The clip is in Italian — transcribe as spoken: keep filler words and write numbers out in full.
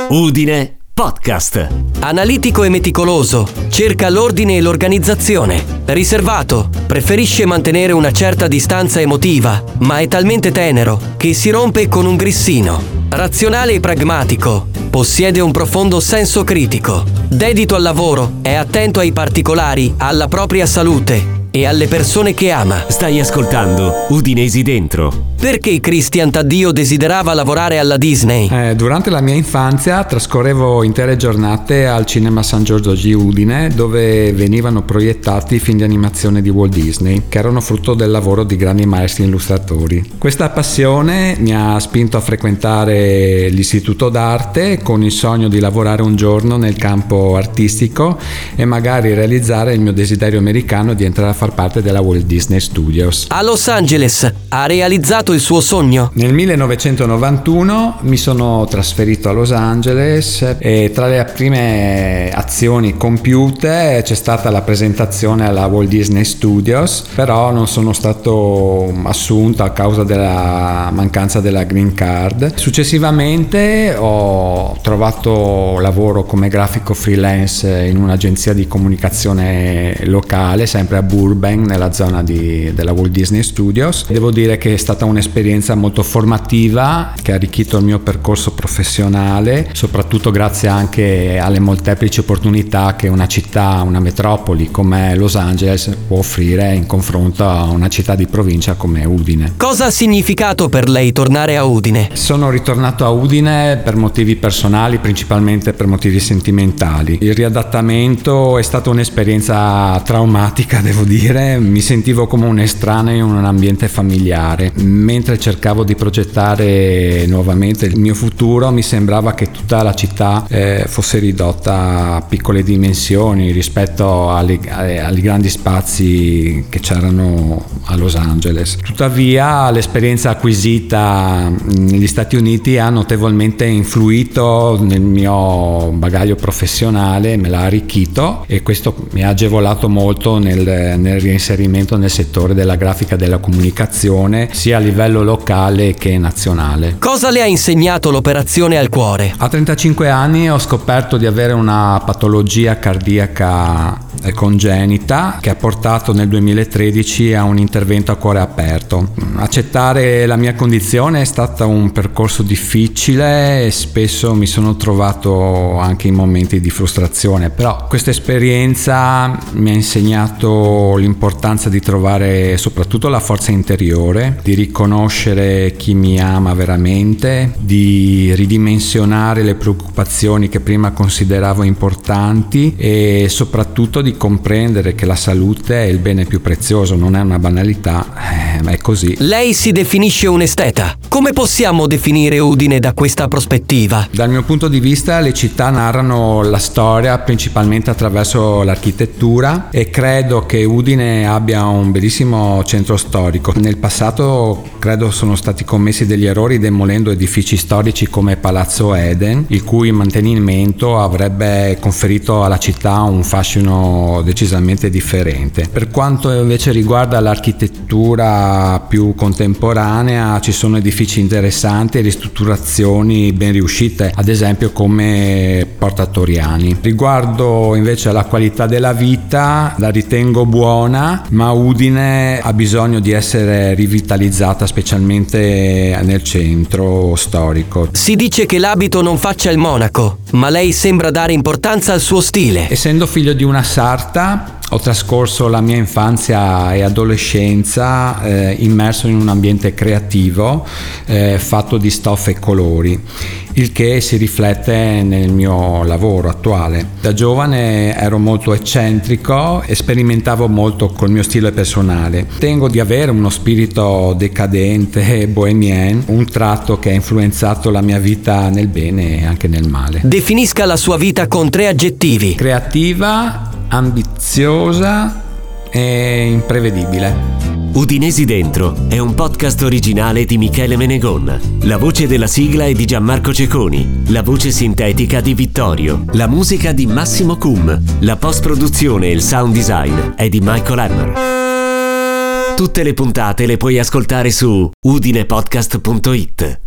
Udine Podcast. Analitico e meticoloso, cerca l'ordine e l'organizzazione. Riservato, preferisce mantenere una certa distanza emotiva, ma è talmente tenero che si rompe con un grissino. Razionale e pragmatico, possiede un profondo senso critico. Dedito al lavoro, è attento ai particolari, alla propria salute e alle persone che ama. Stai ascoltando Udinesi Dentro. Perché Christian Taddio desiderava lavorare alla Disney? Eh, durante la mia infanzia trascorrevo intere giornate al Cinema San Giorgio di Udine, dove venivano proiettati film di animazione di Walt Disney, che erano frutto del lavoro di grandi maestri illustratori. Questa passione mi ha spinto a frequentare l'istituto d'arte con il sogno di lavorare un giorno nel campo artistico e magari realizzare il mio desiderio americano di entrare a far parte della Walt Disney Studios. A Los Angeles ha realizzato il suo sogno? Nel millenovecentonovantuno mi sono trasferito a Los Angeles e tra le prime azioni compiute c'è stata la presentazione alla Walt Disney Studios, però non sono stato assunto a causa della mancanza della green card. Successivamente ho trovato lavoro come grafico freelance in un'agenzia di comunicazione locale, sempre a Burbank, nella zona di, della Walt Disney Studios. Devo dire che è stata un'esperienza molto formativa che ha arricchito il mio percorso professionale, soprattutto grazie anche alle molteplici opportunità che una città, una metropoli come Los Angeles può offrire in confronto a una città di provincia come Udine. Cosa ha significato per lei tornare a Udine? Sono ritornato a Udine per motivi personali, principalmente per motivi sentimentali. Il riadattamento è stata un'esperienza traumatica, devo dire. Mi sentivo come un estraneo in un ambiente familiare. Mentre cercavo di progettare nuovamente il mio futuro, mi sembrava che tutta la città eh, fosse ridotta a piccole dimensioni rispetto alle, alle, ai grandi spazi che c'erano a Los Angeles. Tuttavia l'esperienza acquisita negli Stati Uniti ha notevolmente influito nel mio bagaglio professionale, me l'ha arricchito e questo mi ha agevolato molto nel, nel reinserimento nel settore della grafica e della comunicazione, sia a livello locale che nazionale. Cosa le ha insegnato l'operazione al cuore? A trentacinque anni ho scoperto di avere una patologia cardiaca congenita che ha portato nel duemilatredici a un intervento a cuore aperto. Accettare la mia condizione è stato un percorso difficile e spesso mi sono trovato anche in momenti di frustrazione, però questa esperienza mi ha insegnato l'importanza di trovare soprattutto la forza interiore, di riconoscere chi mi ama veramente, di ridimensionare le preoccupazioni che prima consideravo importanti e soprattutto di comprendere che la salute è il bene più prezioso, non è una banalità, eh, ma è così. Lei si definisce un esteta. Come possiamo definire Udine da questa prospettiva? Dal mio punto di vista le città narrano la storia principalmente attraverso l'architettura e credo che Udine abbia un bellissimo centro storico. Nel passato credo sono stati commessi degli errori demolendo edifici storici come Palazzo Eden, il cui mantenimento avrebbe conferito alla città un fascino decisamente differente. Per quanto invece riguarda l'architettura più contemporanea, ci sono edifici interessanti e ristrutturazioni ben riuscite, ad esempio come Porta Torriani. Riguardo invece alla qualità della vita, la ritengo buona, ma Udine ha bisogno di essere rivitalizzata, specialmente nel centro storico. Si dice che l'abito non faccia il monaco, ma lei sembra dare importanza al suo stile. Essendo figlio di una sarta, ho trascorso la mia infanzia e adolescenza eh, immerso in un ambiente creativo eh, fatto di stoffe e colori, il che si riflette nel mio lavoro attuale. Da giovane ero molto eccentrico e sperimentavo molto col mio stile personale. Tengo di avere uno spirito decadente e bohemien, un tratto che ha influenzato la mia vita nel bene e anche nel male. Definisca la sua vita con tre aggettivi. Creativa, ambiziosa e imprevedibile. Udinesi Dentro è un podcast originale di Michele Menegon. La voce della sigla è di Gianmarco Ceconi, la voce sintetica di Vittorio, la musica di Massimo Cum, la post-produzione e il sound design è di Michael Hammer. Tutte le puntate le puoi ascoltare su udinepodcast punto it.